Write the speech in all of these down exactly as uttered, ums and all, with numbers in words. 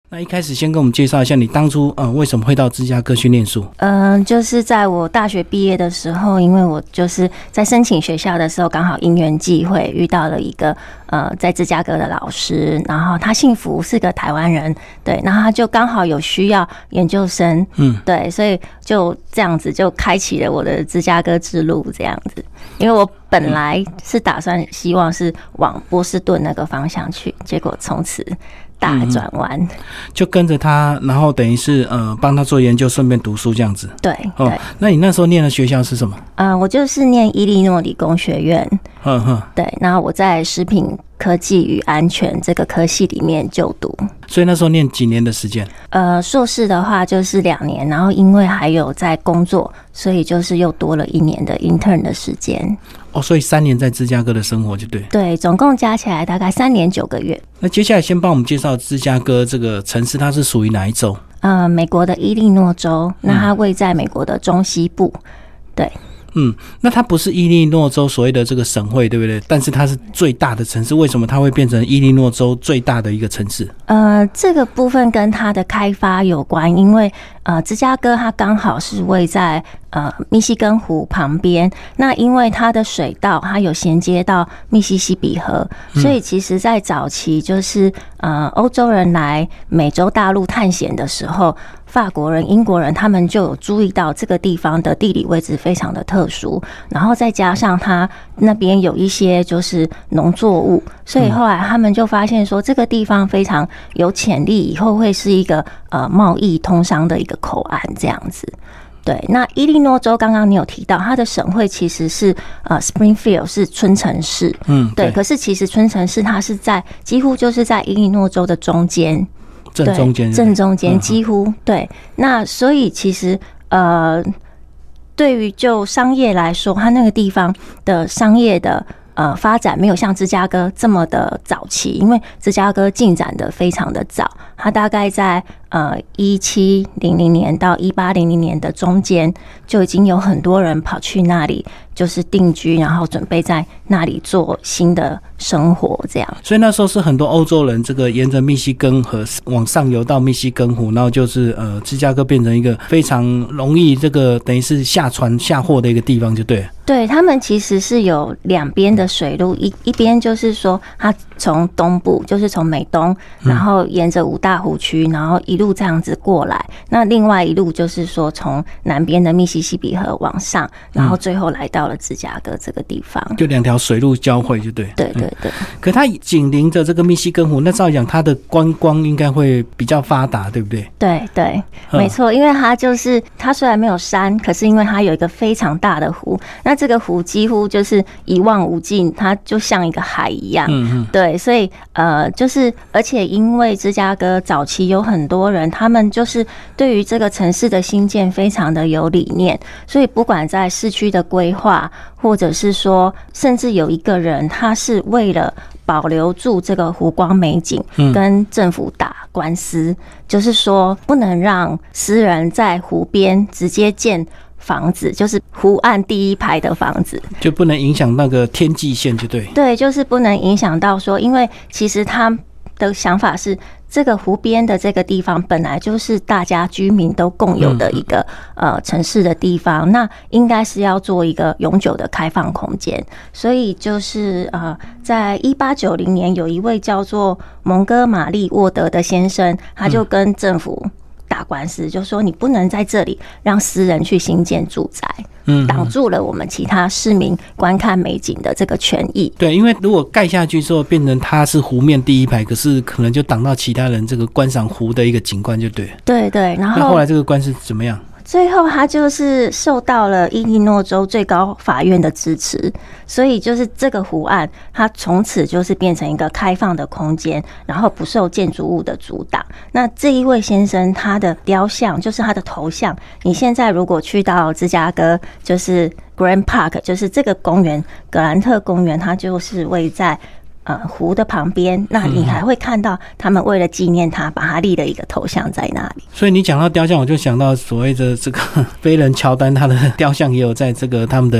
那一开始先跟我们介绍一下你当初嗯为什么会到芝加哥去念书？ 嗯，就是在我大学毕业的时候，因为我就是在申请学校的时候，刚好因缘际会遇到了一个呃在芝加哥的老师，然后他姓福，是个台湾人，对，然后他就刚好有需要研究生，嗯，对，所以就这样子就开启了我的芝加哥之路，这样子。因为我本来是打算希望是往波士顿那个方向去，结果从此大转弯、嗯， 就跟着他，然后等于是呃帮他做研究，顺便读书这样子。 对， 哦对。 那你那时候念的学校是什么？ 呃，我就是念伊利诺理工学院。 哼哼。 对，然后我在食品科技与安全这个科系里面就读。 所以那时候念几年的时间？ 呃，硕士的话就是两年，然后因为还有在工作，所以就是又多了一年的 intern 的时间。 哦，所以三年在芝加哥的生活就对。 对，总共加起来大概三年九个月。 那接下来先帮我们介绍芝加哥这个城市，它是属于哪一州？ 呃，美国的伊利诺州，那它位在美国的中西部。对。 嗯，那它不是伊利诺州所谓的这个省会，对不对？但是它是最大的城市，为什么它会变成伊利诺州最大的一个城市？ 呃，这个部分跟它的开发有关，因为呃，芝加哥它刚好是位在呃密西根湖旁边，那因为它的水道它有衔接到密西西比河，所以其实在早期就是呃欧洲人来美洲大陆探险的时候，法国人、英国人他们就有注意到这个地方的地理位置非常的特殊，然后再加上它那边有一些就是农作物，所以后来他们就发现说这个地方非常有潜力，以后会是一个呃贸易通商的一个口岸这样子。对，那伊利诺州刚刚你有提到，它的省会其实是呃 Springfield 是春城市，嗯，对。可是其实春城市它是在几乎就是在伊利诺州的中间。 正中间， 正中间几乎对。那所以其实呃，对于就商业来说，它那个地方的商业的呃发展没有像芝加哥这么的早期，因为芝加哥进展的非常的早，它大概在呃一七零零年到一八零零年的中间就已经有很多人跑去那里就是定居，然后准备在那里做新的生活这样。 所以那时候是很多欧洲人这个沿着密西根河往上游到密西根湖，然后就是呃芝加哥变成一个非常容易这个等于是下船下货的一个地方就对了。 对，他们其实是有两边的水路，一一边就是说它从东部就是从美东，然后沿着五大湖区，然后一路这样子过来，那另外一路就是说从南边的密西西比河往上，然后最后来到了芝加哥这个地方， 就两条水路交汇就对。 对对对。 嗯、可它紧邻着这个密西根湖，那照讲它的观光应该会比较发达，对不对？ 对对，没错，因为它就是它虽然没有山，可是因为它有一个非常大的湖，那这个湖几乎就是一望无尽，它就像一个海一样。嗯嗯。对，所以呃，就是而且因为芝加哥早期有很多人，他们就是对于这个城市的兴建非常的有理念，所以不管在市区的规划，或者是说，甚至有一个人他是为了保留住这个湖光美景，跟政府打官司，嗯、就是说不能让私人在湖边直接建房子，就是湖岸第一排的房子， 就不能影响那个天际线，就对。对， 就是不能影响到说，因为其实他的想法是，这个湖边的这个地方本来就是大家居民都共有的一个、嗯、呃城市的地方，那应该是要做一个永久的开放空间。所以就是呃，在一八九零年，有一位叫做蒙哥马利沃德的先生，他就跟政府打官司，就说你不能在这里让私人去新建住宅，嗯，挡住了我们其他市民观看美景的这个权益。 对，因为如果盖下去之后变成它是湖面第一排，可是可能就挡到其他人这个观赏湖的一个景观，就对。 对对，然后那后来这个官司怎么样？ 最后他就是受到了伊利诺州最高法院的支持，所以就是这个湖岸它从此就是变成一个开放的空间，然后不受建筑物的阻挡。那这一位先生他的雕像就是他的头像，你现在如果去到芝加哥就是 Grand Park， 就是这个公园格兰特公园，它就是位在呃，湖的旁边，那你还会看到他们为了纪念他，把他立了一个头像在那里。 所以你讲到雕像，我就想到所谓的这个飞人乔丹，他的雕像也有在这个他们的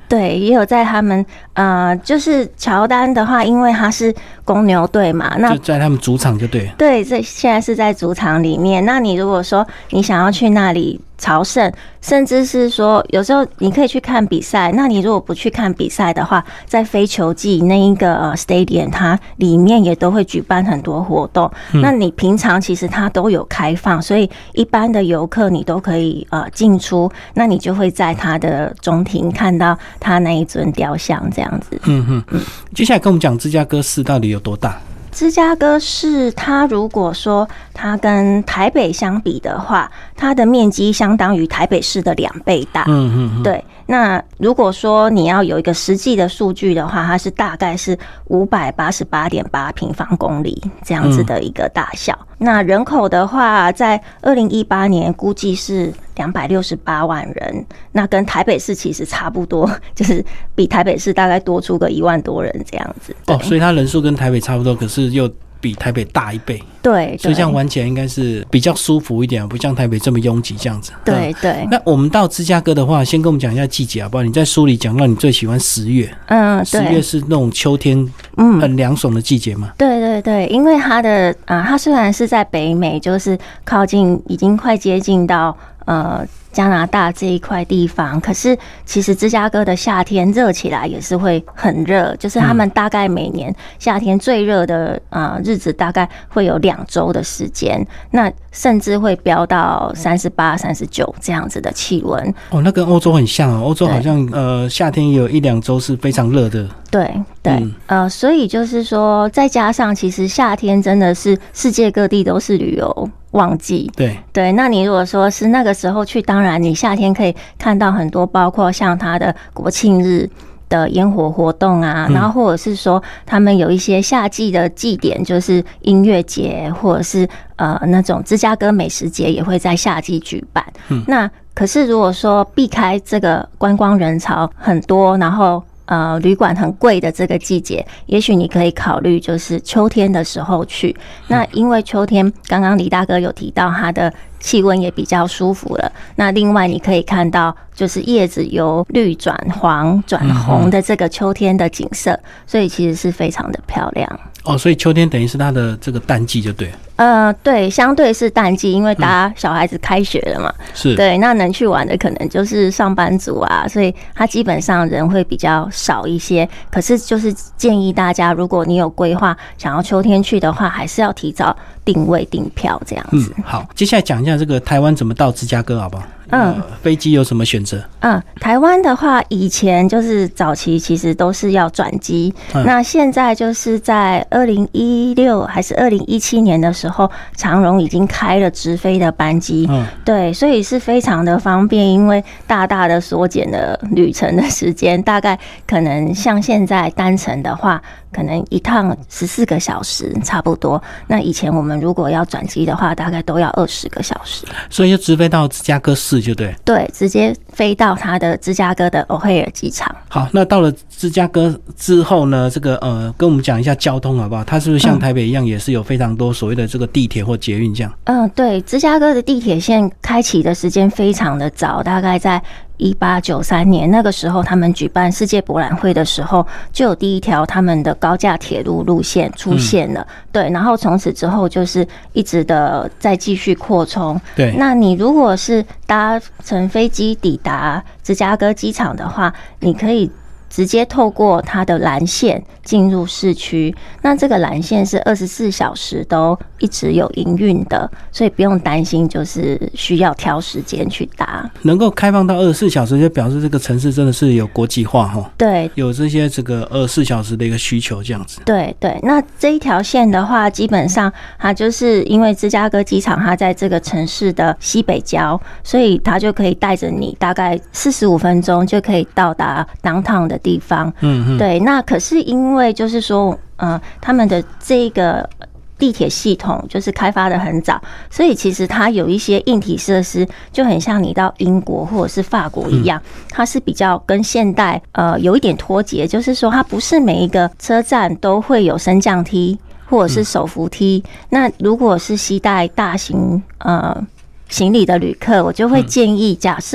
对，也有在他们呃，就是乔丹的话，因为他是公牛队嘛，那就在他们主场就对了。 对，这现在是在主场里面。那你如果说你想要去那里朝圣，甚至是说有时候你可以去看比赛。那你如果不去看比赛的话，在非球季那一个呃 stadium， 它里面也都会举办很多活动。嗯、那你平常其实它都有开放，所以一般的游客你都可以呃进出。那你就会在它的中庭看到它那一尊雕像这样子。 嗯哼嗯，接下来跟我们讲芝加哥市到底有多大？ 芝加哥市，它如果说它跟台北相比的话，它的面积相当于台北市的两倍大。嗯嗯，对。那如果说你要有一个实际的数据的话，它是大概是五百八十八点八平方公里这样子的一个大小。嗯、那人口的话，在二零一八年估计是两百六十八万人，那跟台北市其实差不多，就是比台北市大概多出个一万多人这样子。 哦，所以它人数跟台北差不多，可是又比台北大一倍。 对， 所以这样玩起来应该是比较舒服一点，不像台北这么拥挤这样子。 对对、嗯。 那我们到芝加哥的话，先跟我们讲一下季节好不好？你在书里讲到你最喜欢十月，嗯，十月是那种秋天，嗯，很凉爽的季节嘛。 对对对，因为它的啊、呃，它虽然是在北美，就是靠近，已经快接近到呃。加拿大这一块地方，可是其实芝加哥的夏天热起来也是会很热，就是他们大概每年夏天最热的呃日子大概会有两周的时间，那甚至会飙到三十八、三十九这样子的气温。哦， 那跟欧洲很像哦，欧洲好像呃夏天也有一两周是非常热的。 对对、嗯，呃，所以就是说，再加上其实夏天真的是世界各地都是旅游旺季。 对对，那你如果说是那个时候去，当然你夏天可以看到很多，包括像它的国庆日的烟火活动啊，然后或者是说他们有一些夏季的祭典，就是音乐节，或者是呃那种芝加哥美食节也会在夏季举办。嗯，那可是如果说避开这个观光人潮很多，然后呃，旅馆很贵的这个季节，也许你可以考虑就是秋天的时候去。那因为秋天，刚刚李大哥有提到，它的气温也比较舒服了。那另外你可以看到，就是叶子由绿转黄转红的这个秋天的景色，所以其实是非常的漂亮。 哦，所以秋天等于是它的这个淡季就对了。 呃，对，相对是淡季，因为大家小孩子开学了嘛，嗯、 是对，那能去玩的可能就是上班族啊，所以他基本上人会比较少一些。可是就是建议大家，如果你有规划想要秋天去的话，还是要提早定位订票这样子。 嗯，好，接下来讲一下这个台湾怎么到芝加哥好不好？嗯，飞机有什么选择？ 嗯，台湾的话，以前就是早期其实都是要转机、嗯，那现在就是在二零一六还是二零一七年的时候，长荣已经开了直飞的班机，嗯，对，所以是非常的方便，因为大大的缩减了旅程的时间，大概可能像现在单程的话，可能一趟十四个小时差不多。那以前我们如果要转机的话，大概都要二十个小时， 所以就直飞到芝加哥市。就对对，直接飞到它的芝加哥的欧黑尔机场。 好，那到了芝加哥之后呢，这个呃，跟我们讲一下交通好不好？它是不是像台北一样，也是有非常多所谓的这个地铁或捷运这样？ 嗯，对，芝加哥的地铁线开启的时间非常的早，大概在一八九三年，那个时候他们举办世界博览会的时候，就有第一条他们的高架铁路路线出现了、嗯、对，然后从此之后就是一直的再继续扩充。 对， 那你如果是搭乘飞机抵达芝加哥机场的话，你可以直接透过它的蓝线进入市区，那这个蓝线是二十四小时都一直有营运的，所以不用担心就是需要挑时间去搭。 能够开放到二十四小时，就表示这个城市真的是有国际化齁。 对， 有这些这个二十四小时的一个需求这样子。 对对，那这一条线的话，基本上它就是因为芝加哥机场它在这个城市的西北郊，所以它就可以带着你大概四十五分钟就可以到达 downtown 的地方。嗯，对。那可是因为就是说，呃，他们的这个地铁系统就是开发的很早，所以其实它有一些硬体设施就很像你到英国或者是法国一样，它是比较跟现代呃有一点脱节，就是说它不是每一个车站都会有升降梯或者是手扶梯。那如果是携带大型呃行李的旅客，我就会建议，假设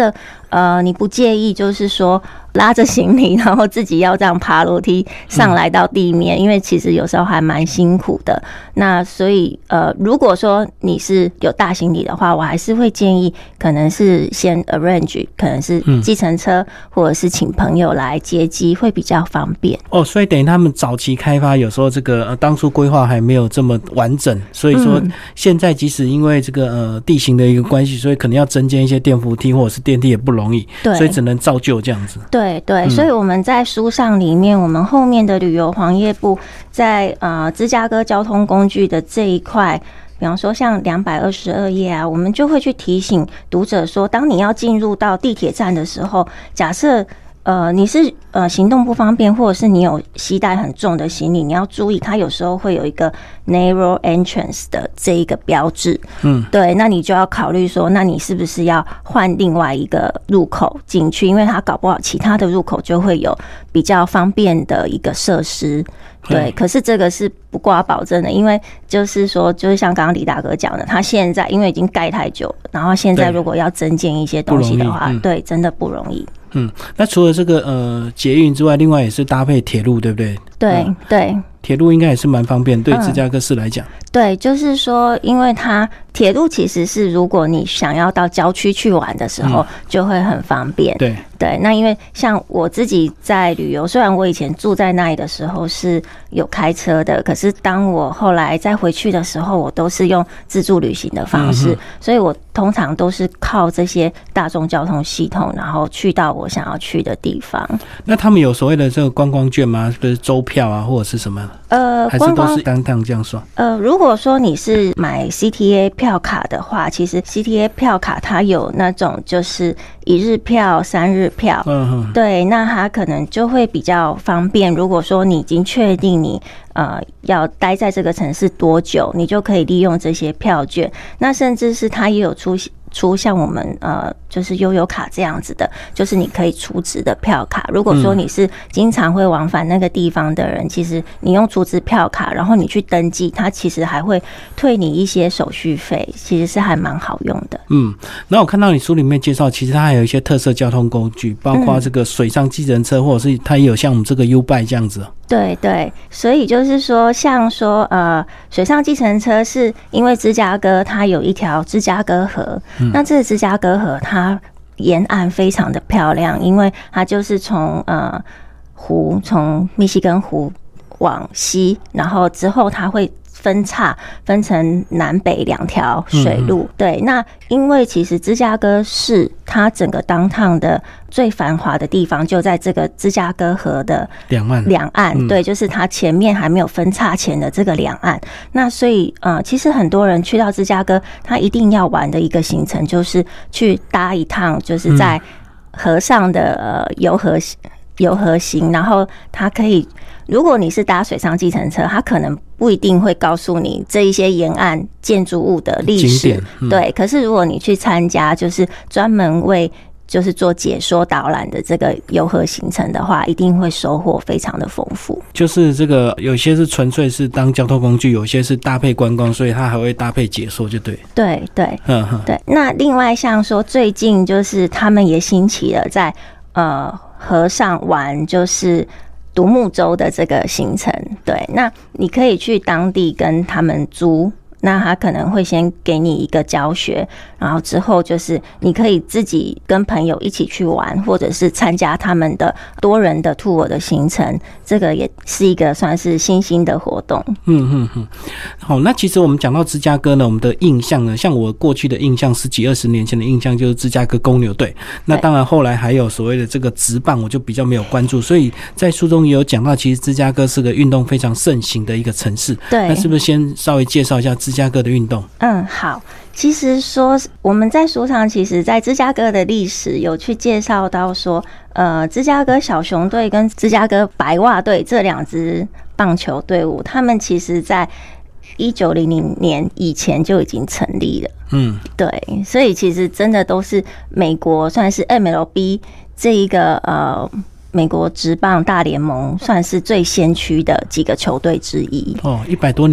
呃，你不介意就是说拉着行李，然后自己要这样爬楼梯上来到地面，嗯、因为其实有时候还蛮辛苦的。那所以呃，如果说你是有大行李的话，我还是会建议可能是先 arrange， 可能是计程车、嗯、或者是请朋友来接机会比较方便。哦， 所以等于他们早期开发有时候这个呃当初规划还没有这么完整，所以说现在即使因为这个呃地形的一个关系，所以可能要增建一些电扶梯或者是电梯也不容易，对，所以只能照旧这样子。 对对、嗯，所以我们在书上里面，我们后面的旅游黄页部在呃芝加哥交通工具的这一块，比方说像两百二十二页啊，我们就会去提醒读者说，当你要进入到地铁站的时候，假设呃你是呃行动不方便，或者是你有携带很重的行李，你要注意，它有时候会有一个 narrow entrance 的这一个标志，嗯，对，那你就要考虑说，那你是不是要换另外一个入口进去，因为它搞不好其他的入口就会有比较方便的一个设施。对，可是这个是不挂保证的，因为就是说，就是像刚刚李大哥讲的，他现在因为已经盖太久了，然后现在如果要增建一些东西的话，嗯、对，真的不容易。 嗯，那除了这个呃捷运之外，另外也是搭配铁路，对不对？ 对、嗯、对， 铁路应该也是蛮方便，对芝加哥市来讲、嗯。 对，就是说，因为它铁路其实是如果你想要到郊区去玩的时候，就会很方便。对对，那因为像我自己在旅游，虽然我以前住在那里的时候是有开车的，可是当我后来再回去的时候，我都是用自助旅行的方式，嗯、所以我通常都是靠这些大众交通系统，然后去到我想要去的地方。 那他们有所谓的这个观光券吗？就是周票啊，或者是什么？呃，还是都是单趟这样算？ 呃，如果说你是买 C T A 票卡的话，其实 C T A 票卡它有那种就是一日票、三日票，嗯，对，那它可能就会比较方便。如果说你已经确定你呃要待在这个城市多久，你就可以利用这些票券。那甚至是它也有出出像我们呃就是悠游卡这样子的，就是你可以储值的票卡。如果说你是经常会往返那个地方的人，其实你用储值票卡，然后你去登记，它其实还会退你一些手续费，其实是还蛮好用的。 嗯，那我看到你书里面介绍，其实它还有一些特色交通工具，包括这个水上计程车，或者是它也有像我们这个 U-Bike 这样子。 对对，所以就是说，像说呃，水上计程车是因为芝加哥它有一条芝加哥河，嗯、那这个芝加哥河它沿岸非常的漂亮，因为它就是从呃湖从密西根湖往西，然后之后它会分叉分成南北两条水路。嗯、对，那因为其实芝加哥市它整个downtown的最繁华的地方就在这个芝加哥河的两岸，两岸、嗯、对，就是它前面还没有分叉前的这个两岸。那所以呃，其实很多人去到芝加哥，他一定要玩的一个行程就是去搭一趟，就是在河上的呃游河游河行，然后它可以。如果你是搭水上计程车，它可能不一定会告诉你这一些沿岸建筑物的历史，嗯、对。可是如果你去参加，就是专门为就是做解说导览的这个游河行程的话，一定会收获非常的丰富。 就是这个有些是纯粹是当交通工具，有些是搭配观光，所以它还会搭配解说，就对。 对对，嗯对。那另外像说最近就是他们也兴起了在呃河上玩，就是独木舟的这个行程。对，那你可以去当地跟他们租，那他可能会先给你一个教学，然后之后就是你可以自己跟朋友一起去玩，或者是参加他们的多人的 tour 的行程，这个也是一个算是新兴的活动。 嗯嗯嗯，好，那其实我们讲到芝加哥呢，我们的印象呢，像我过去的印象，十几二十年前的印象就是芝加哥公牛队。那当然后来还有所谓的这个职棒，我就比较没有关注，所以在书中也有讲到，其实芝加哥是个运动非常盛行的一个城市。对，那是不是先稍微介绍一下芝加哥的运动？ 嗯，好。其实说我们在书上，其实在芝加哥的历史有去介绍到说，呃，芝加哥小熊队跟芝加哥白袜队这两支棒球队伍，他们其实在一九零零年以前就已经成立了。嗯，对，所以其实真的都是美国算是 M L B 这一个呃。美国职棒大联盟算是最先驱的几个球队之一。 哦，一百多年了。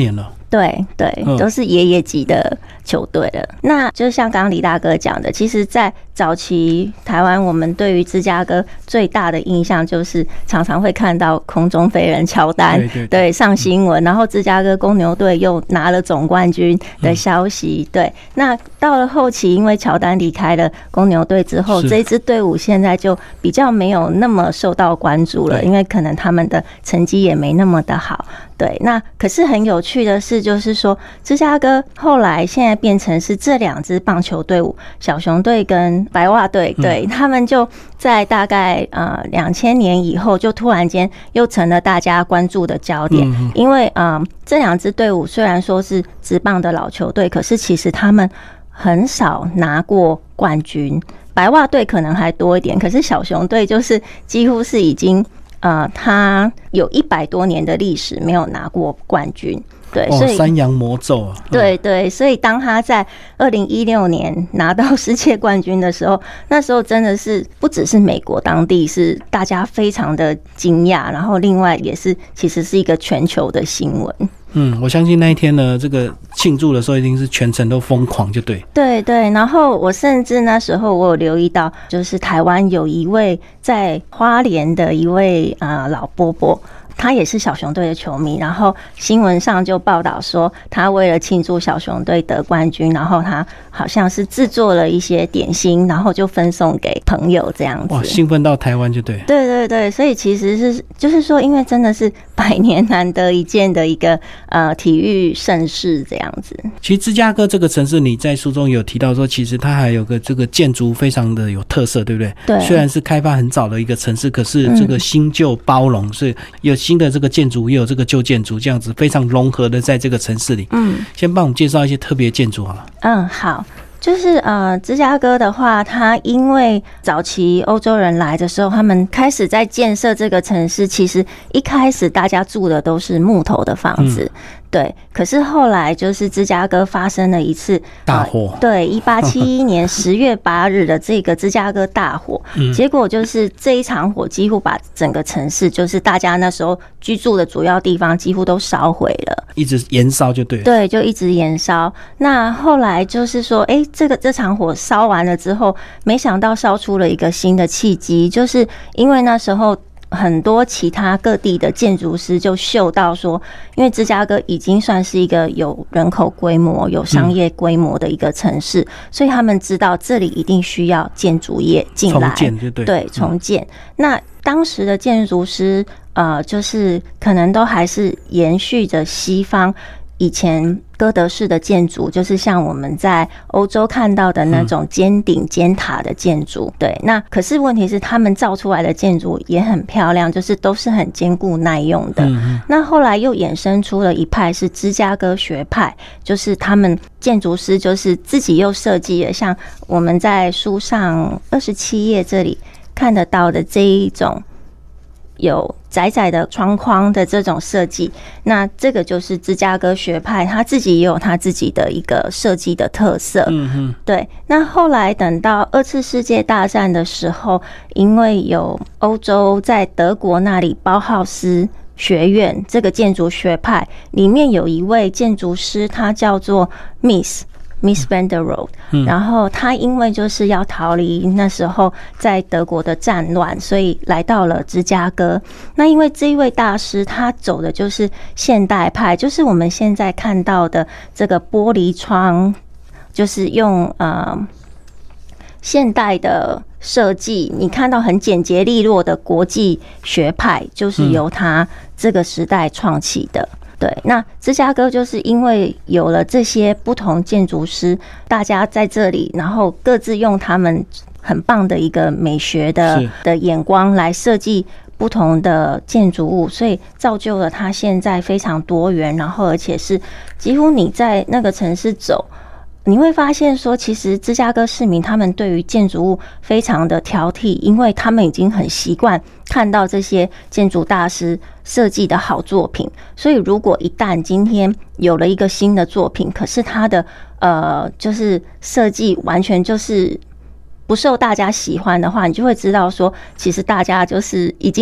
对对， 嗯都是爷爷级的球队了。那就像刚刚李大哥讲的，其实，在早期台湾，我们对于芝加哥最大的印象就是常常会看到空中飞人乔丹， 对对对对上新闻，然后芝加哥公牛队又拿了总冠军的消息。嗯、对，那到了后期，因为乔丹离开了公牛队之后，这支队伍现在就比较没有那么受到关注了，因为可能他们的成绩也没那么的好。对，那可是很有趣的是，就是说芝加哥后来现在变成是这两支棒球队伍，小熊队跟白袜队，对、嗯、他们就在大概呃两千年以后，就突然间又成了大家关注的焦点。嗯、因为呃这两支队伍虽然说是职棒的老球队，可是其实他们很少拿过冠军。白袜队可能还多一点，可是小熊队就是几乎是已经。呃，他有一百多年的历史没有拿过冠军，对，所以山羊魔咒啊， 对对，所以当他在二零一六年拿到世界冠军的时候，那时候真的是不只是美国当地是大家非常的惊讶，然后另外也是其实是一个全球的新闻。 嗯，我相信那一天呢，这个庆祝的时候一定是全程都疯狂，就对。 对对，然后我甚至那时候我有留意到，就是台湾有一位在花莲的一位呃老伯伯。他也是小熊队的球迷，然后新闻上就报道说，他为了庆祝小熊队得冠军，然后他好像是制作了一些点心，然后就分送给朋友这样子。 哇，兴奋到台湾就对。 对对对，所以其实是就是说，因为真的是百年难得一见的一个呃体育盛事这样子。 其实芝加哥这个城市，你在书中有提到说，其实它还有个这个建筑非常的有特色，对不对？ 对。 虽然是开发很早的一个城市，可是这个新旧包容，是有新的这个建筑，也有这个旧建筑，这样子非常融合的在这个城市里。嗯，先帮我们介绍一些特别建筑好了。 嗯，好。就是呃，芝加哥的话，它因为早期欧洲人来的时候，他们开始在建设这个城市。其实一开始大家住的都是木头的房子，嗯、对。可是后来就是芝加哥发生了一次大火， 呃、对，一八七一年十月八日的这个芝加哥大火，嗯、结果就是这一场火几乎把整个城市，就是大家那时候居住的主要地方几乎都烧毁了， 一直延烧就对了， 对，就一直延烧。那后来就是说，哎、欸。这个这场火烧完了之后，没想到烧出了一个新的契机，就是因为那时候很多其他各地的建筑师就嗅到说，因为芝加哥已经算是一个有人口规模、有商业规模的一个城市，嗯、所以他们知道这里一定需要建筑业进来， 重建就对， 对，重建。嗯、那当时的建筑师，呃，就是可能都还是延续着西方。以前哥德式的建筑，就是像我们在欧洲看到的那种尖顶尖塔的建筑，对。那可是问题是，他们造出来的建筑也很漂亮，就是都是很坚固耐用的。那后来又衍生出了一派是芝加哥学派，就是他们建筑师就是自己又设计了，像我们在书上二十七页这里看得到的这一种。有窄窄的窗框的这种设计，那这个就是芝加哥学派，他自己也有他自己的一个设计的特色。嗯哼，对。那后来等到二次世界大战的时候，因为有欧洲在德国那里包浩斯学院这个建筑学派里面有一位建筑师，他叫做 Miss。Miss van der Rohe，嗯、然后他因为就是要逃离那时候在德国的战乱，所以来到了芝加哥。那因为这一位大师他走的就是现代派，就是我们现在看到的这个玻璃窗，就是用呃现代的设计，你看到很简洁利落的国际学派，就是由他这个时代创起的。对，那芝加哥就是因为有了这些不同建筑师，大家在这里，然后各自用他们很棒的一个美学的的眼光来设计不同的建筑物，所以造就了它现在非常多元，然后而且是几乎你在那个城市走，你会发现说，其实芝加哥市民他们对于建筑物非常的挑剔，因为他们已经很习惯看到这些建筑大师设计的好作品，所以如果一旦今天有了一个新的作品，可是它的呃就是设计完全就是不受大家喜欢的话，你就会知道说，其实大家就是已经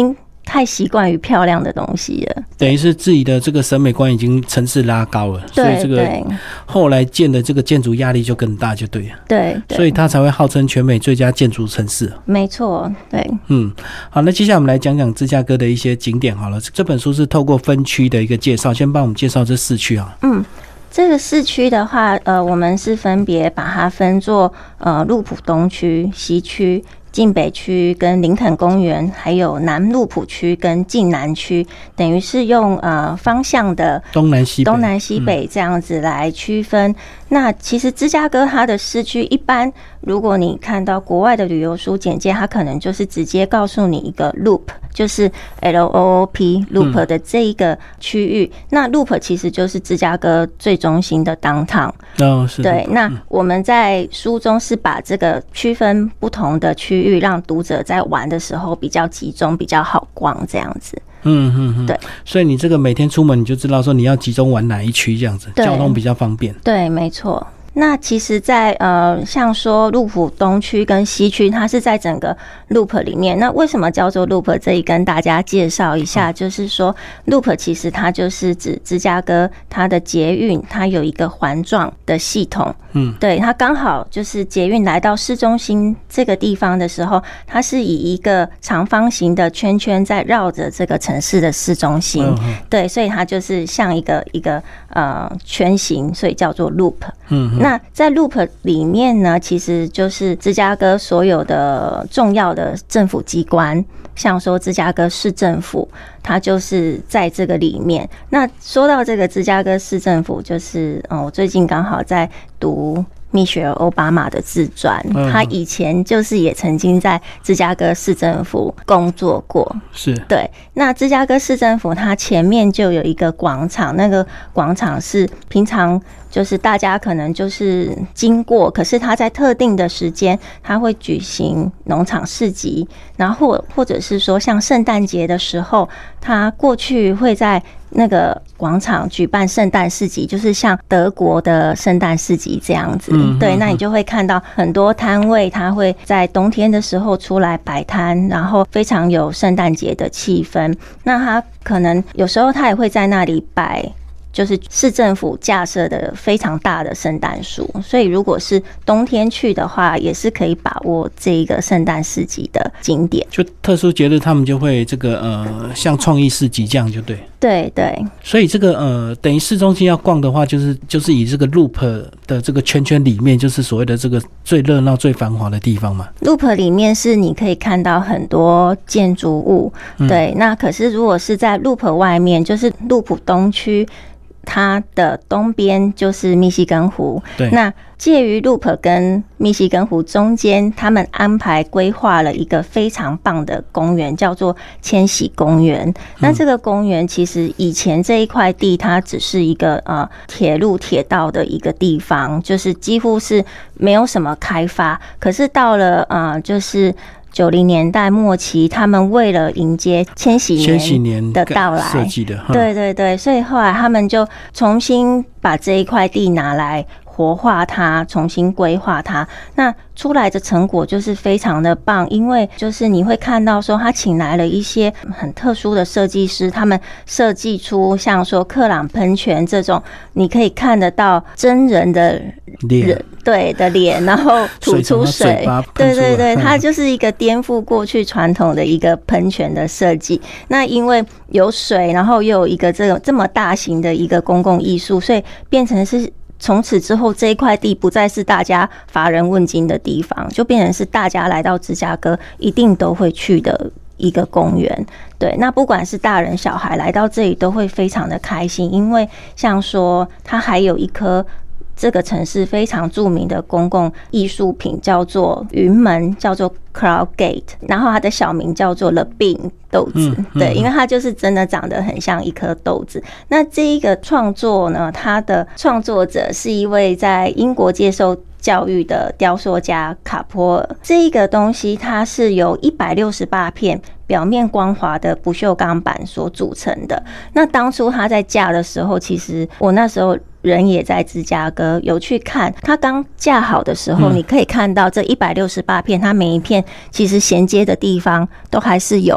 太习惯于漂亮的东西了， 等于是自己的这个审美观已经层次拉高了，所以这个后来建的这个建筑压力就更大，就对了。 对， 所以它才会号称全美最佳建筑城市。 没错，对， 嗯，好，那接下来我们来讲讲芝加哥的一些景点好了。这本书是透过分区的一个介绍，先帮我们介绍这四区啊。 嗯。这个市区的话，呃，我们是分别把它分作呃路普东区、西区、近北区跟林肯公园，还有南路普区跟近南区，等于是用呃方向的东南西北东南西北这样子来区分。嗯、那其实芝加哥它的市区一般，如果你看到国外的旅游书简介，它可能就是直接告诉你一个 loop， 就是 L O O P loop 的这一个区域。嗯、那 loop 其实就是芝加哥最中心的 downtown。 哦，是的。 对，那我们在书中是把这个区分不同的区域，让读者在玩的时候比较集中，比较好逛这样子。 嗯嗯嗯，对，所以你这个每天出门你就知道说你要集中玩哪一区，这样子交通比较方便。 对，没错。那其实在呃，像说路普东区跟西区，它是在整个 loop 里面。那为什么叫做 loop？ 这里跟大家介绍一下，就是说 loop 其实它就是指芝加哥它的捷运，它有一个环状的系统。嗯，对，它刚好就是捷运来到市中心这个地方的时候，它是以一个长方形的圈圈在绕着这个城市的市中心。嗯、对，所以它就是像一个一个呃圈形，所以叫做 loop。嗯。那在 loop 里面呢，其实就是芝加哥所有的重要的政府机关，像说芝加哥市政府，它就是在这个里面。那说到这个芝加哥市政府，就是嗯，我最近刚好在读蜜雪儿·奥巴马的自传，他以前就是也曾经在芝加哥市政府工作过。是，对。那芝加哥市政府它前面就有一个广场，那个广场是平常就是大家可能就是经过，可是他在特定的时间他会举行农场市集，然后或或者是说像圣诞节的时候，他过去会在那个广场举办圣诞市集，就是像德国的圣诞市集这样子。嗯、对，那你就会看到很多摊位，他会在冬天的时候出来摆摊，然后非常有圣诞节的气氛。那他可能有时候他也会在那里摆，就是市政府架设的非常大的圣诞树，所以如果是冬天去的话，也是可以把握这一个圣诞市集的景点。 就特殊节日，他们就会这个呃，像创意市集这样，就对。 对对。 所以这个呃，等于市中心要逛的话，就是就是以这个 loop 的这个圈圈里面，就是所谓的这个最热闹、最繁华的地方嘛。 loop 里面是你可以看到很多建筑物，嗯、对。那可是如果是在 loop 外面，就是路普东区。它的东边就是密西根湖，对，那介于 loop 跟密西根湖中间，他们安排规划了一个非常棒的公园，叫做千禧公园。嗯、那这个公园其实以前这一块地，它只是一个呃铁路铁道的一个地方，就是几乎是没有什么开发。可是到了呃，就是九零年代末期，他们为了迎接千禧年的到来， 设计的， 对对对，所以后来他们就重新把这一块地拿来活化它，重新规划它。那出来的成果就是非常的棒，因为就是你会看到说他请来了一些很特殊的设计师，他们设计出像说克朗喷泉这种你可以看得到真人的脸，对的脸，然后吐出水，对对对，它就是一个颠覆过去传统的一个喷泉的设计。那因为有水，然后又有一个这种这么大型的一个公共艺术，所以变成是从此之后，这一块地不再是大家乏人问津的地方，就变成是大家来到芝加哥一定都会去的一个公园。对，那不管是大人小孩来到这里都会非常的开心，因为像说它还有一颗这个城市非常著名的公共艺术品，叫做云门，叫做 Cloud Gate， 然后它的小名叫做 The Bean 豆子，嗯嗯、对，因为它就是真的长得很像一颗豆子。那这一个创作呢，它的创作者是一位在英国接受教育的雕塑家卡波尔。这一个东西它是由一百六十八片表面光滑的不锈钢板所组成的。那当初它在架的时候，其实我那时候人也在芝加哥有去看，它刚架好的时候，你可以看到这一百六十八片，它每一片其实衔接的地方都还是有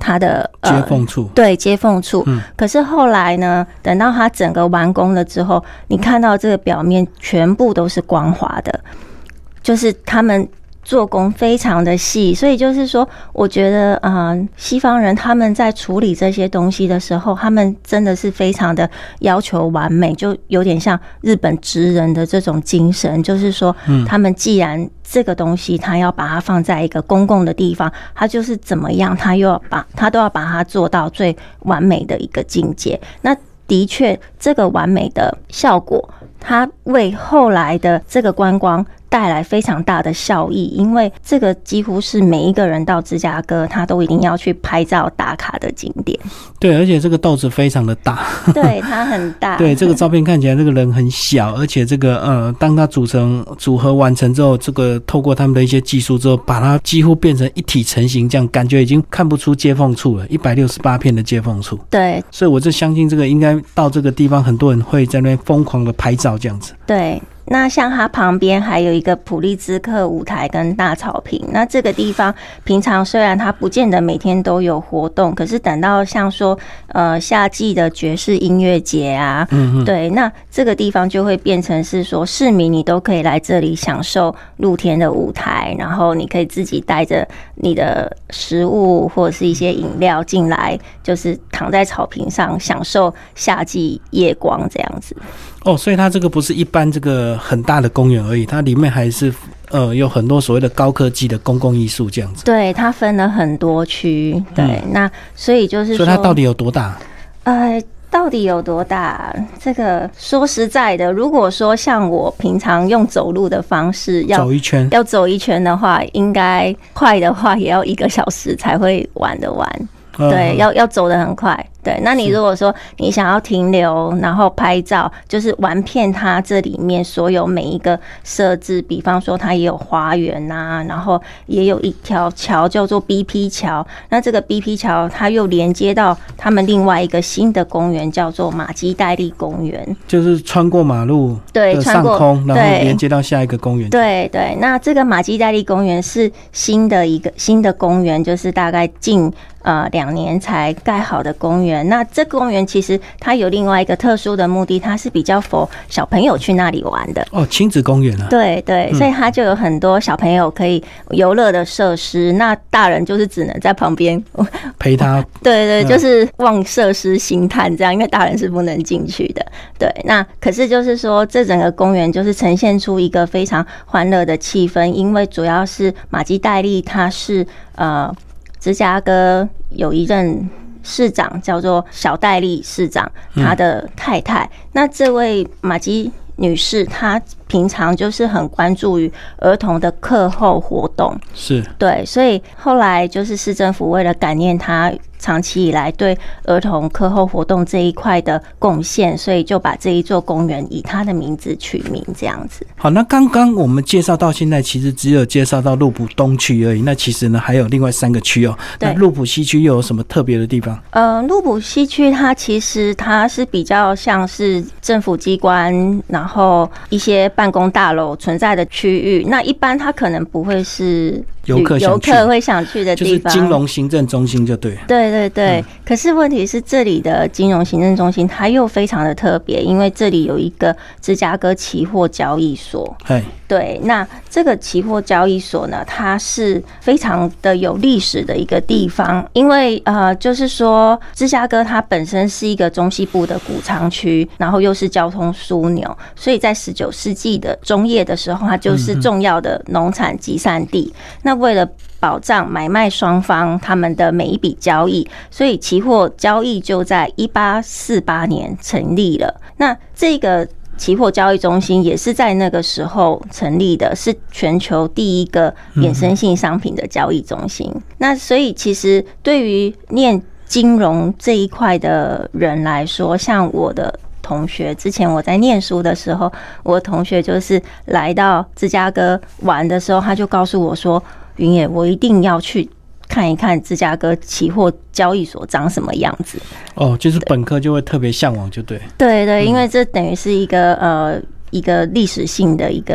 它的、 呃、接缝处， 对，接缝处、 嗯。 可是后来呢，等到它整个完工了之后，你看到这个表面全部都是光滑的，就是他们做工非常的细，所以就是说，我觉得，嗯，西方人他们在处理这些东西的时候，他们真的是非常的要求完美，就有点像日本职人的这种精神，就是说，他们既然这个东西他要把它放在一个公共的地方，他就是怎么样，他又要把他都要把它做到最完美的一个境界。那的确，这个完美的效果，它为后来的这个观光带来非常大的效益，因为这个几乎是每一个人到芝加哥他都一定要去拍照打卡的景点。 对，而且这个豆子非常的大， 对，它很大。 对，这个照片看起来这个人很小，而且这个呃，当它组成组合完成之后，这个透过他们的一些技术之后，把它几乎变成一体成型，这样感觉已经看不出接缝处了，一百六十八片的接缝处。 对， 所以我就相信这个应该到这个地方，很多人会在那边疯狂的拍照这样子。 对。那像它旁边还有一个普利兹克舞台跟大草坪，那这个地方平常虽然它不见得每天都有活动，可是等到像说呃夏季的爵士音乐节啊，嗯，对，那这个地方就会变成是说市民你都可以来这里享受露天的舞台，然后你可以自己带着你的食物或者是一些饮料进来，就是躺在草坪上享受夏季夜光这样子。 哦，所以它这个不是一般这个很大的公园而已，它里面还是呃有很多所谓的高科技的公共艺术这样子。 对，它分了很多区，对、嗯，那所以就是说， 所以它到底有多大？ 呃，到底有多大？这个说实在的，如果说像我平常用走路的方式要走一圈， 要走一圈的话，应该快的话也要一个小时才会玩得完。 嗯、 对，要要走得很快。对，那你如果说你想要停留，然后拍照，就是玩遍它这里面所有每一个设置，比方说它也有花园啊，然后也有一条桥叫做 B P 桥，那这个 B P 桥它又连接到他们另外一个新的公园，叫做马基代利公园， 就是穿过马路的上空，然后连接到下一个公园。 对对，那这个马基代利公园是新的一个新的公园，就是大概近呃两年才盖好的公园。那这个公园其实它有另外一个特殊的目的，它是比较 for 小朋友去那里玩的。 哦，亲子公园啊。 对对、嗯，所以它就有很多小朋友可以游乐的设施，那大人就是只能在旁边陪他。 对对，就是望设施兴叹这样，因为大人是不能进去的。对，那可是就是说，这整个公园就是呈现出一个非常欢乐的气氛，因为主要是马基代利他是呃芝加哥有一任市长叫做小戴利市长，他的太太、嗯、那这位马基女士她平常就是很关注于儿童的课后活动， 是对，所以后来就是市政府为了感念她长期以来对儿童课后活动这一块的贡献，所以就把这一座公园以她的名字取名这样子。 好，那刚刚我们介绍到现在其实只有介绍到鹿埔东区而已，那其实呢还有另外三个区哦。那鹿埔西区又有什么特别的地方？ 呃，鹿埔西区它其实它是比较像是政府机关，然后一些办公大楼存在的区域，那一般它可能不会是游客游客会想去的地方， 就是金融行政中心就对。 对对对、嗯，可是问题是这里的金融行政中心它又非常的特别，因为这里有一个芝加哥期货交易所。对，那这个期货交易所呢，它是非常的有历史的一个地方，因为呃，就是说芝加哥它本身是一个中西部的谷仓区，然后又是交通枢纽，所以在十九世纪的中叶的时候，它就是重要的农产集散地。嗯、那为了保障买卖双方他们的每一笔交易，所以期货交易就在一八四八年成立了。那这个期货交易中心也是在那个时候成立的，是全球第一个衍生性商品的交易中心。嗯、那所以其实对于念金融这一块的人来说，像我的同学，之前我在念书的时候，我的同学就是来到芝加哥玩的时候，他就告诉我说，云野，我一定要去看一看芝加哥期货交易所长什么样子。 哦，就是本科就会特别向往，就对。 对对，因为这等于是一个呃一个历史性的一个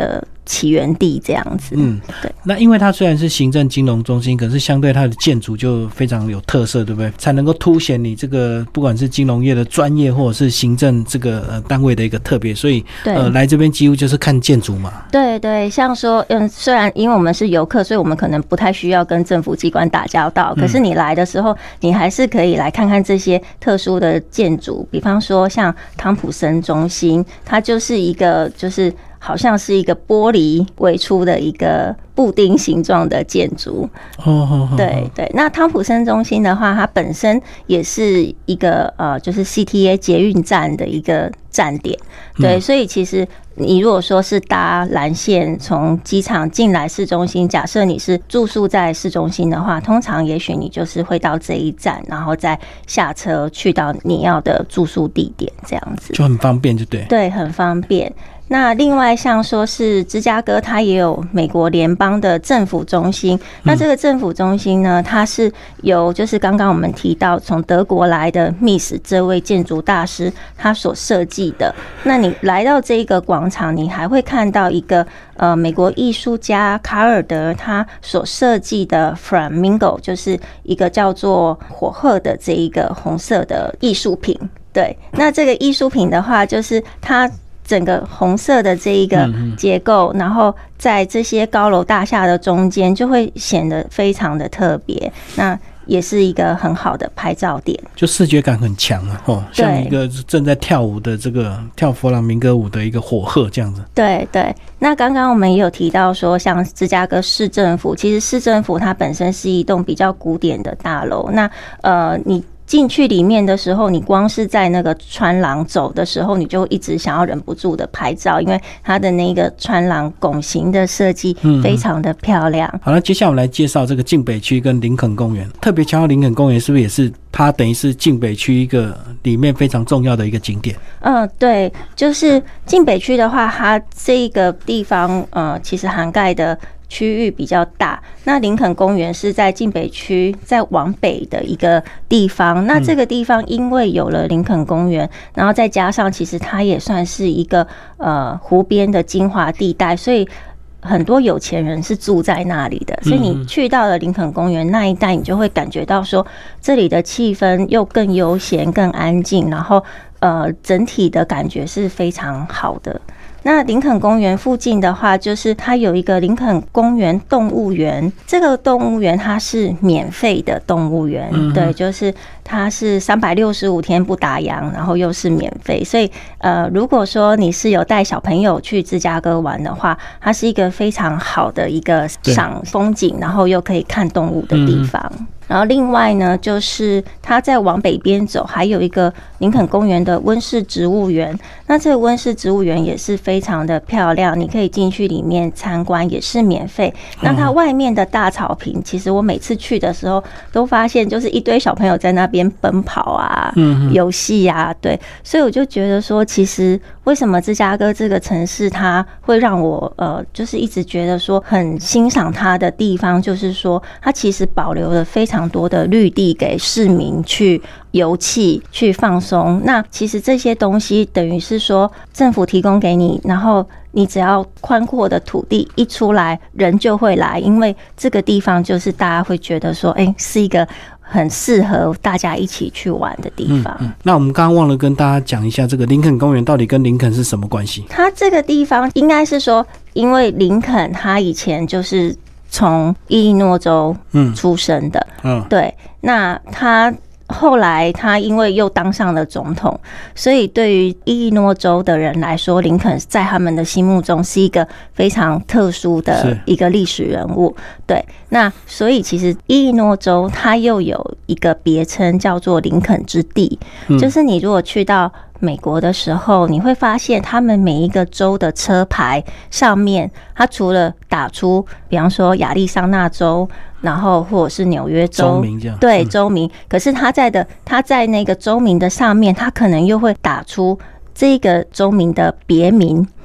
起源地这样子。 嗯，对。那因为它虽然是行政金融中心，可是相对它的建筑就非常有特色，对不对？才能够凸显你这个不管是金融业的专业，或者是行政这个呃单位的一个特别。所以呃，来这边几乎就是看建筑嘛。 对对，像说嗯，虽然因为我们是游客，所以我们可能不太需要跟政府机关打交道，可是你来的时候，你还是可以来看看这些特殊的建筑，比方说像汤普森中心，它就是一个就是好像是一个玻璃围出的一个布丁形状的建筑。 哦， 对对。那汤普森中心的话，它本身也是一个呃，就是 C T A 捷运站的一个站点。对，嗯、所以其实你如果说是搭蓝线从机场进来市中心，假设你是住宿在市中心的话，通常也许你就是会到这一站，然后再下车去到你要的住宿地点，这样子就很方便，就对。 对，很方便。那另外像说是芝加哥，它也有美国联邦的政府中心。那这个政府中心呢，它是由就是刚刚我们提到从德国来的 Miss 这位建筑大师他所设计的。那你来到这个广场，你还会看到一个呃美国艺术家卡尔德他所设计的 Flamingo， 就是一个叫做火鹤的这一个红色的艺术品。对，那这个艺术品的话，就是它整个红色的这一个结构，然后在这些高楼大厦的中间，就会显得非常的特别。那也是一个很好的拍照点， 就视觉感很强啊！哦，像一个正在跳舞的这个跳佛朗明哥舞的一个火鹤这样子。 对对。那刚刚我们也有提到说，像芝加哥市政府，其实市政府它本身是一栋比较古典的大楼。那呃，你进去里面的时候，你光是在那个穿廊走的时候，你就一直想要忍不住的拍照，因为它的那个穿廊拱形的设计非常的漂亮。 嗯、好，那接下来我们来介绍这个近北区跟林肯公园。特别强调林肯公园是不是也是它等于是近北区一个里面非常重要的一个景点？ 嗯，对，就是近北区的话，它这个地方呃，其实涵盖的区域比较大。那林肯公园是在近北区再往北的一个地方。那这个地方因为有了林肯公园，然后再加上其实它也算是一个呃湖边的精华地带，所以很多有钱人是住在那里的。所以你去到了林肯公园那一带，你就会感觉到说这里的气氛又更悠闲、更安静，然后呃整体的感觉是非常好的。那林肯公园附近的话，就是它有一个林肯公园动物园。这个动物园它是免费的动物园，嗯、对，就是它是三百六十五天不打烊，然后又是免费。所以呃，如果说你是有带小朋友去芝加哥玩的话，它是一个非常好的一个赏风景，然后又可以看动物的地方。嗯，然后另外呢，就是它再往北边走，还有一个林肯公园的温室植物园。那这个温室植物园也是非常的漂亮，你可以进去里面参观，也是免费。那它外面的大草坪，其实我每次去的时候都发现，就是一堆小朋友在那边奔跑啊、游戏啊，对。所以我就觉得说，其实为什么芝加哥这个城市它会让我呃，就是一直觉得说很欣赏它的地方，就是说它其实保留了非常多的绿地给市民去游憩、去放松。那其实这些东西等于是说政府提供给你，然后你只要宽阔的土地一出来，人就会来，因为这个地方就是大家会觉得说，哎、欸，是一个很适合大家一起去玩的地方。 嗯嗯、那我们刚刚忘了跟大家讲一下，这个林肯公园到底跟林肯是什么关系？ 它这个地方应该是说，因为林肯他以前就是从伊利诺州出生的，嗯，对，那他后来他因为又当上了总统，所以对于伊利诺州的人来说，林肯在他们的心目中是一个非常特殊的一个历史人物。对，那所以其实伊利诺州它又有一个别称叫做林肯之地，嗯、就是你如果去到美国的时候，你会发现他们每一个州的车牌上面，它除了打出比方说亚利桑那州，然后或者是纽约州， 州名这样， 对，州名，可是他在的他在那个州名的上面，他可能又会打出这个州名的别名。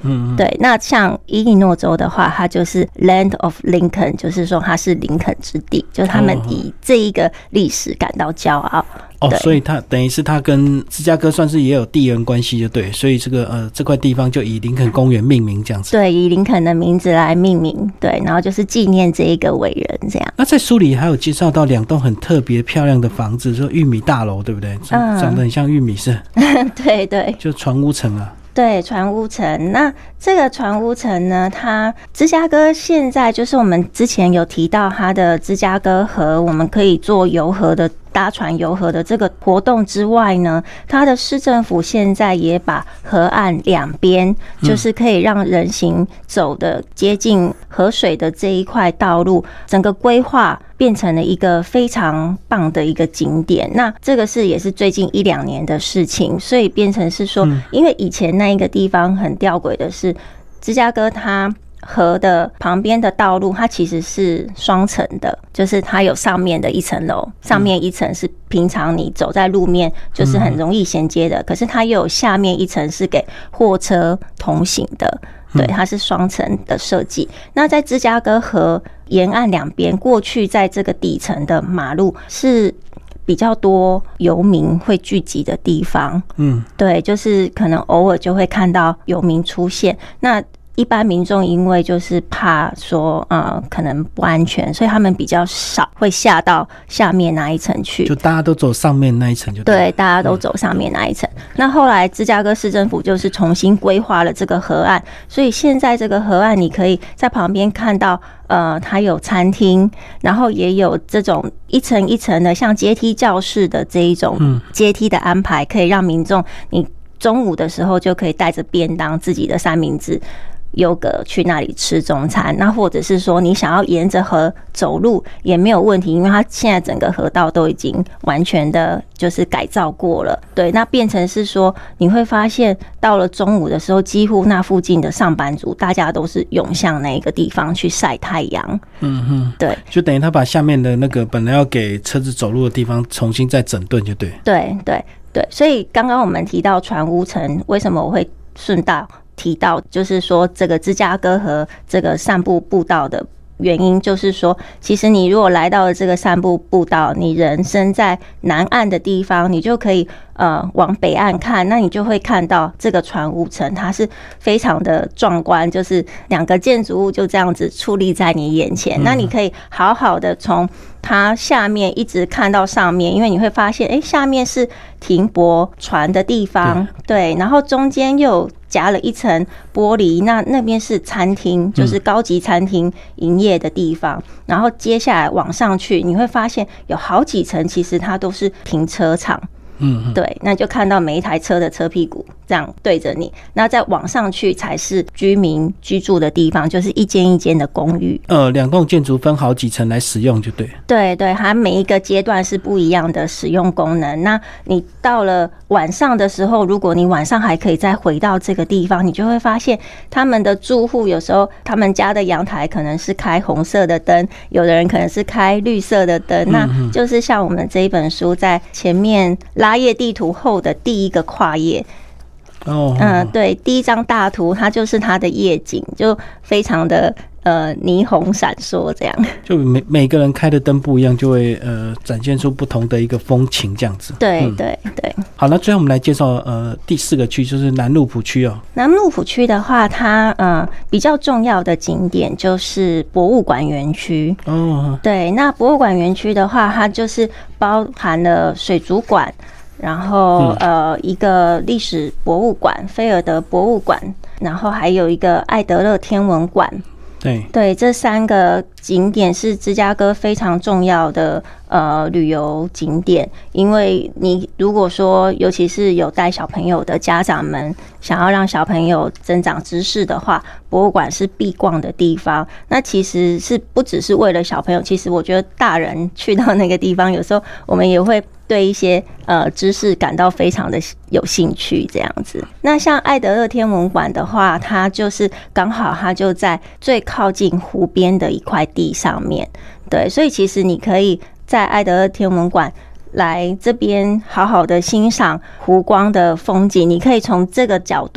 嗯，对。那像伊利诺州的话，它就是 Land of Lincoln， 就是说它是林肯之地，就是他们以这一个历史感到骄傲。 哦，所以它等于是它跟芝加哥算是也有地缘关系，就对，所以这个呃这块地方就以林肯公园命名这样子。 对，以林肯的名字来命名，对，然后就是纪念这一个伟人这样。 那在书里还有介绍到两栋很特别漂亮的房子，说玉米大楼，对不对？嗯，长得很像玉米是？ 对对， 就船屋城啊。 对，船屋城。那这个船屋城呢，它芝加哥现在就是我们之前有提到它的芝加哥河，我们可以做游河的搭船游河的这个活动之外呢，它的市政府现在也把河岸两边就是可以让人行走的接近河水的这一块道路，整个规划变成了一个非常棒的一个景点。那这个是也是最近一两年的事情，所以变成是说，因为以前那一个地方很吊诡的是，芝加哥它河的旁边的道路，它其实是双层的，就是它有上面的一层楼，上面一层是平常你走在路面就是很容易衔接的，可是它又有下面一层是给货车通行的，对，它是双层的设计。那在芝加哥河沿岸两边，过去在这个底层的马路是比较多游民会聚集的地方，嗯，对，就是可能偶尔就会看到游民出现。那一般民众因为就是怕说呃可能不安全，所以他们比较少会下到下面那一层去， 就大家都走上面那一层就 对, 对，大家都走上面那一层、嗯、那后来芝加哥市政府就是重新规划了这个河岸，所以现在这个河岸你可以在旁边看到呃它有餐厅，然后也有这种一层一层的像阶梯教室的这一种阶梯的安排，可以让民众你中午的时候就可以带着便当自己的三明治优格去那里吃中餐，那或者是说你想要沿着河走路也没有问题，因为它现在整个河道都已经完全的就是改造过了，对，那变成是说你会发现到了中午的时候，几乎那附近的上班族大家都是涌向那个地方去晒太阳，嗯哼，对， 就等于他把下面的那个本来要给车子走路的地方重新再整顿就对， 对对对，所以刚刚我们提到船屋城，为什么我会顺道提到就是说这个芝加哥河这个散步步道的原因，就是说其实你如果来到了这个散步步道，你人身在南岸的地方，你就可以呃往北岸看，那你就会看到这个船屋城，它是非常的壮观，就是两个建筑物就这样子矗立在你眼前、嗯、那你可以好好的从它下面一直看到上面，因为你会发现哎、欸，下面是停泊船的地方， 对, 对，然后中间又有夹了一层玻璃，那那边是餐厅，就是高级餐厅营业的地方、嗯、然后接下来往上去你会发现有好几层其实它都是停车场，嗯，对，那就看到每一台车的车屁股这样对着你，那再往上去才是居民居住的地方，就是一间一间的公寓。 呃，两栋建筑分好几层来使用就对。 对对，它每一个阶段是不一样的使用功能。那你到了晚上的时候，如果你晚上还可以再回到这个地方，你就会发现他们的住户有时候他们家的阳台可能是开红色的灯，有的人可能是开绿色的灯、嗯、那就是像我们这一本书在前面拉页地图后的第一个跨页，哦，嗯，对，第一张大图它就是它的夜景，就非常的呃霓虹闪烁，这样。 就每每个人开的灯不一样，就会呃展现出不同的一个风情，这样子。 对、嗯、对对。 好，那最后我们来介绍呃第四个区，就是南路浦区哦。 南路浦区的话，它呃比较重要的景点就是博物馆园区。哦。对，那博物馆园区的话，它就是包含了水族馆。然后呃，一个历史博物馆菲尔德博物馆，然后还有一个艾德勒天文馆。 对对，这三个景点是芝加哥非常重要的呃旅游景点，因为你如果说尤其是有带小朋友的家长们想要让小朋友增长知识的话，博物馆是必逛的地方。那其实是不只是为了小朋友，其实我觉得大人去到那个地方，有时候我们也会对一些呃知识感到非常的有兴趣这样子。那像艾德勒天文馆的话，它就是刚好它就在最靠近湖边的一块地上面，对，所以其实你可以在艾德勒天文馆来这边好好的欣赏湖光的风景，你可以从这个角度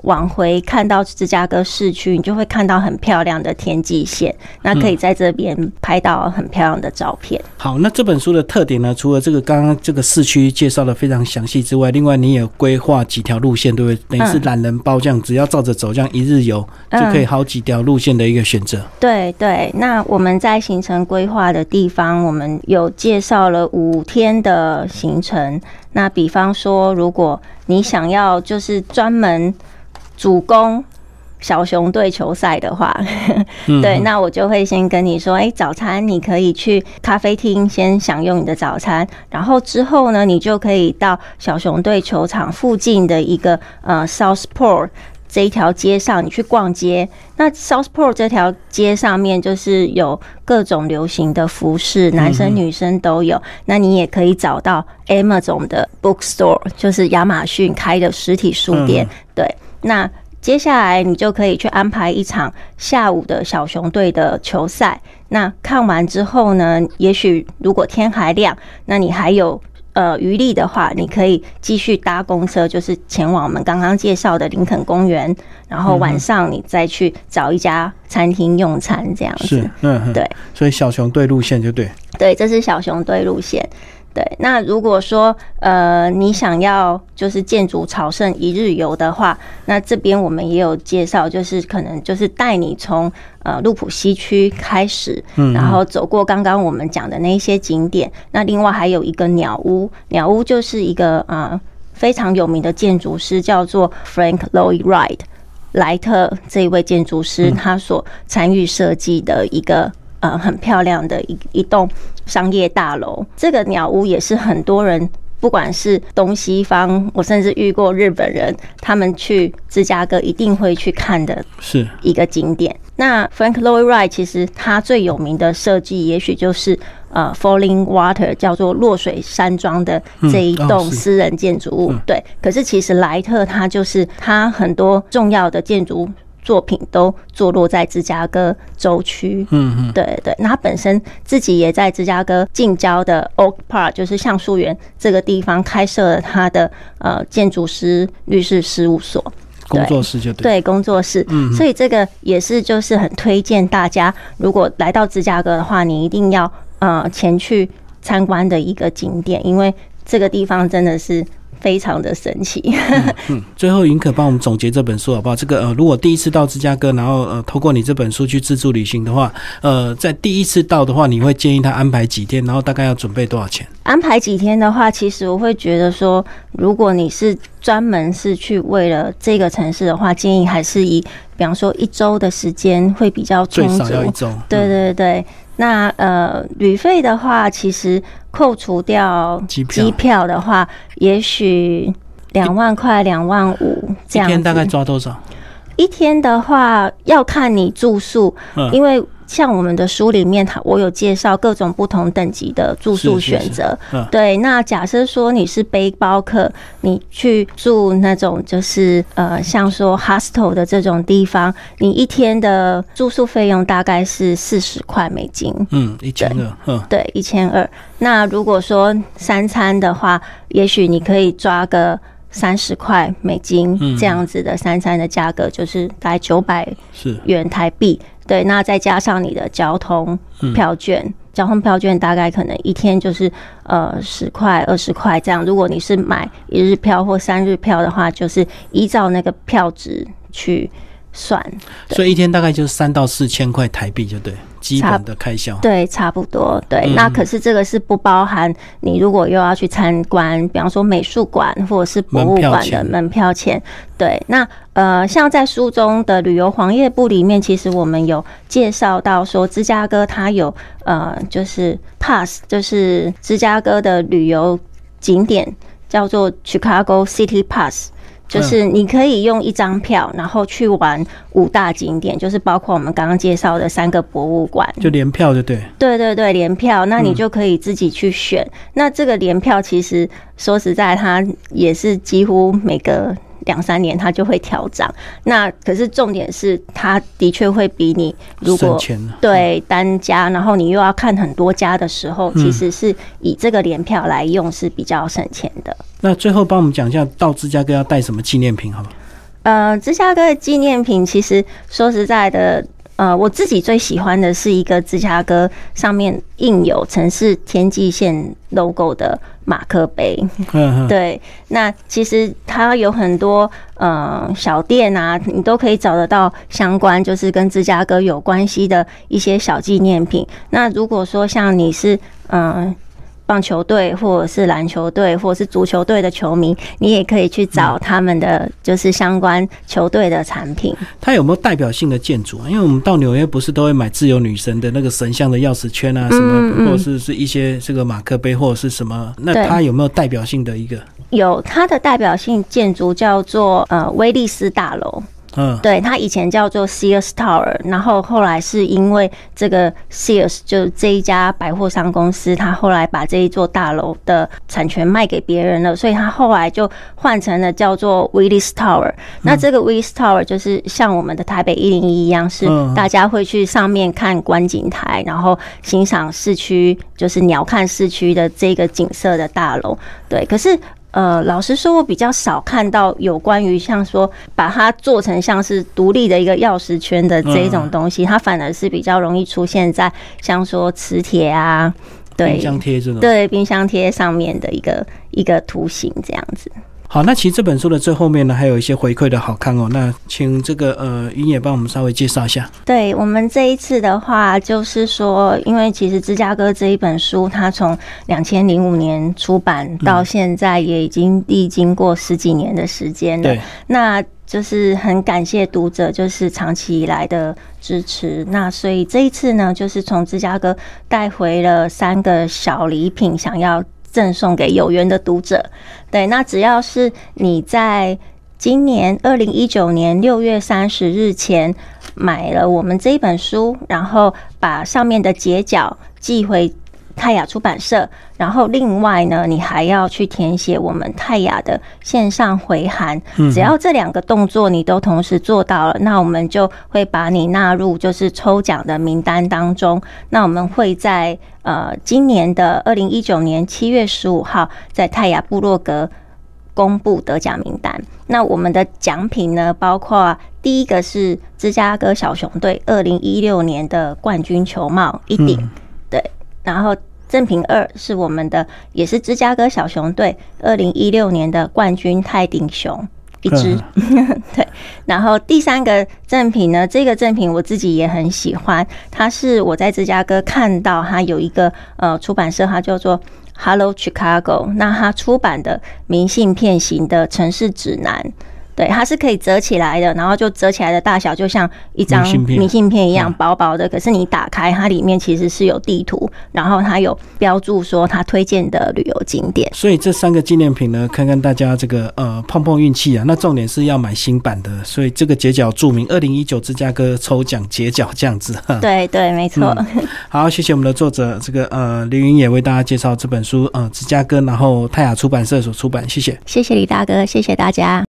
往回看到芝加哥市区，你就会看到很漂亮的天际线，那可以在这边拍到很漂亮的照片。嗯、 好，那这本书的特点呢，除了这个刚刚这个市区介绍的非常详细之外，另外你也有规划几条路线，对不对？等于是懒人包这样，只要照着走，这样一日游就可以好几条路线的一个选择。嗯、 对对，那我们在行程规划的地方，我们有介绍了五天的行程。那比方说，如果你想要就是专门主攻小熊队球赛的话，对，那我就会先跟你说，哎、欸，早餐你可以去咖啡厅先享用你的早餐，然后之后呢，你就可以到小熊队球场附近的一个呃 Southport 这一条街上，你去逛街。那 Southport 这条街上面就是有各种流行的服饰，男生女生都有。那你也可以找到 Amazon 的 bookstore， 就是亚马逊开的实体书店。对，那接下来你就可以去安排一场下午的小熊队的球赛。那看完之后呢，也许如果天还亮，那你还有呃余力的话，你可以继续搭公车，就是前往我们刚刚介绍的林肯公园，然后晚上你再去找一家餐厅用餐，这样子。是，嗯，对。 所以小熊队路线就对。 对，这是小熊队路线。对，那如果说呃你想要就是建筑朝圣一日游的话，那这边我们也有介绍，就是可能就是带你从呃路普西区开始，然后走过刚刚我们讲的那一些景点。那另外还有一个鸟屋，鸟屋就是一个呃非常有名的建筑师，叫做 Frank Lloyd Wright 莱特这一位建筑师，他所参与设计的一个呃很漂亮的一一栋商业大楼。这个鸟屋也是很多人，不管是东西方，我甚至遇过日本人，他们去芝加哥一定会去看的一个景点。那 Frank Lloyd Wright 其实他最有名的设计，也许就是呃 Falling Water 叫做落水山庄的这一栋私人建筑物。嗯哦、对，可是其实莱特他就是他很多重要的建筑作品都坐落在芝加哥州区。嗯嗯，对对。那他本身自己也在芝加哥近郊的 Oak Park， 就是橡树园这个地方开设了他的呃建筑师律师事务所。 工作室就对， 对工作室，嗯，所以这个也是就是很推荐大家，如果来到芝加哥的话，你一定要呃前去参观的一个景点，因为这个地方真的是非常的神奇。 嗯嗯、最后尹可帮我们总结这本书好不好？这个呃，如果第一次到芝加哥，然后呃，透过你这本书去自助旅行的话，呃，在第一次到的话，你会建议他安排几天，然后大概要准备多少钱？ 安排几天的话，其实我会觉得说，如果你是专门是去为了这个城市的话，建议还是以比方说一周的时间会比较充足， 最少要一周。 对对对。嗯、那呃，旅费的话，其实扣除掉机票的话，也许两万块、两万五这样子。 一天大概抓多少？ 一天的话，要看你住宿，嗯、因为像我们的书里面，我有介绍各种不同等级的住宿选择。嗯、对，那假设说你是背包客，你去住那种就是呃，像说 hostel 的这种地方，你一天的住宿费用大概是四十块美金。 嗯，一千二。嗯， 对，一千二。那如果说三餐的话，也许你可以抓个三十块美金这样子的三餐的价格，就是大概九百元台币。对，那再加上你的交通票券，嗯、交通票券大概可能一天就是呃十块、二十块这样。如果你是买一日票或三日票的话，就是依照那个票值去算。 所以一天大概就是三到四千块台币，就对。基本的开销， 对，差不多，对、嗯。那可是这个是不包含你如果又要去参观，比方说美术馆或者是博物馆的门票钱。对，那呃，像在书中的旅游黄页部里面，其实我们有介绍到说，芝加哥它有呃，就是 pass， 就是芝加哥的旅游景点叫做 Chicago City Pass。就是你可以用一张票，然后去玩五大景点，就是包括我们刚刚介绍的三个博物馆， 就联票就对。 对对对，联票，那你就可以自己去选。嗯、那这个联票其实说实在，它也是几乎每个两三年它就会调涨。那可是重点是，它的确会比你如果对单家，然后你又要看很多家的时候，其实是以这个联票来用是比较省钱的。 那最后帮我们讲一下，到芝加哥要带什么纪念品，好吗？ 呃，芝加哥的纪念品，其实说实在的，呃，我自己最喜欢的是一个芝加哥上面印有城市天际线 logo 的马克杯。嗯，对，那其实它有很多呃小店啊，你都可以找得到相关就是跟芝加哥有关系的一些小纪念品。那如果说像你是嗯。呃棒球队或者是篮球队或者是足球队的球迷，你也可以去找他们的就是相关球队的产品。 它有没有代表性的建筑啊？因为我们到纽约不是都会买自由女神的那个神像的钥匙圈啊，什么，嗯嗯或者是是一些这个马克杯或者是什么？那它有没有代表性的一个？ 有，它的代表性建筑叫做呃威利斯大楼。嗯，对，它以前叫做 Sears Tower， 然后后来是因为这个 Sears 就这一家百货商公司，他后来把这一座大楼的产权卖给别人了，所以他后来就换成了叫做 Willis Tower。嗯、那这个 Willis Tower 就是像我们的台北一零一一样，是大家会去上面看观景台，然后欣赏市区，就是鸟瞰市区的这个景色的大楼。对，可是。呃，老实说，我比较少看到有关于像说把它做成像是独立的一个钥匙圈的这一种东西，嗯、它反而是比较容易出现在像说磁铁啊，对， 冰箱贴这种， 对，冰箱贴上面的一个一个图形这样子。 好，那其实这本书的最后面呢，还有一些回馈的好看哦。那请这个呃云野帮我们稍微介绍一下。 对，我们这一次的话，就是说，因为其实芝加哥这一本书，它从两千零五年出版到现在，也已经历经过十几年的时间了。对，那就是很感谢读者，就是长期以来的支持。那所以这一次呢，就是从芝加哥带回了三个小礼品，想要赠送给有缘的读者。对，那只要是你在今年二零一九年六月三十日前买了我们这一本书，然后把上面的截角寄回泰雅出版社，然后另外呢，你还要去填写我们泰雅的线上回函。只要这两个动作你都同时做到了，那我们就会把你纳入就是抽奖的名单当中。那我们会在呃今年的二零一九年七月十五号在泰雅部落格公布得奖名单。那我们的奖品呢，包括第一个是芝加哥小熊队二零一六年的冠军球帽一顶，嗯、对。然后赠品二是我们的，也是芝加哥小熊队二零一六年的冠军泰迪熊一只，对。然后第三个赠品呢，这个赠品我自己也很喜欢，它是我在芝加哥看到它有一个呃出版社，它叫做 Hello Chicago， 那它出版的明信片型的城市指南。对，它是可以折起来的，然后就折起来的大小就像一张明信片一样薄薄的，可是你打开它里面其实是有地图，然后它有标注说它推荐的旅游景点。 所以这三个纪念品呢，看看大家这个呃碰碰运气啊。那重点是要买新版的，所以这个截角注明二零一九芝加哥抽奖截角这样子。 对对，没错、嗯。 好，谢谢我们的作者这个呃林云野为大家介绍这本书呃芝加哥，然后泰雅出版社所出版，谢谢。 谢谢李大哥，谢谢大家。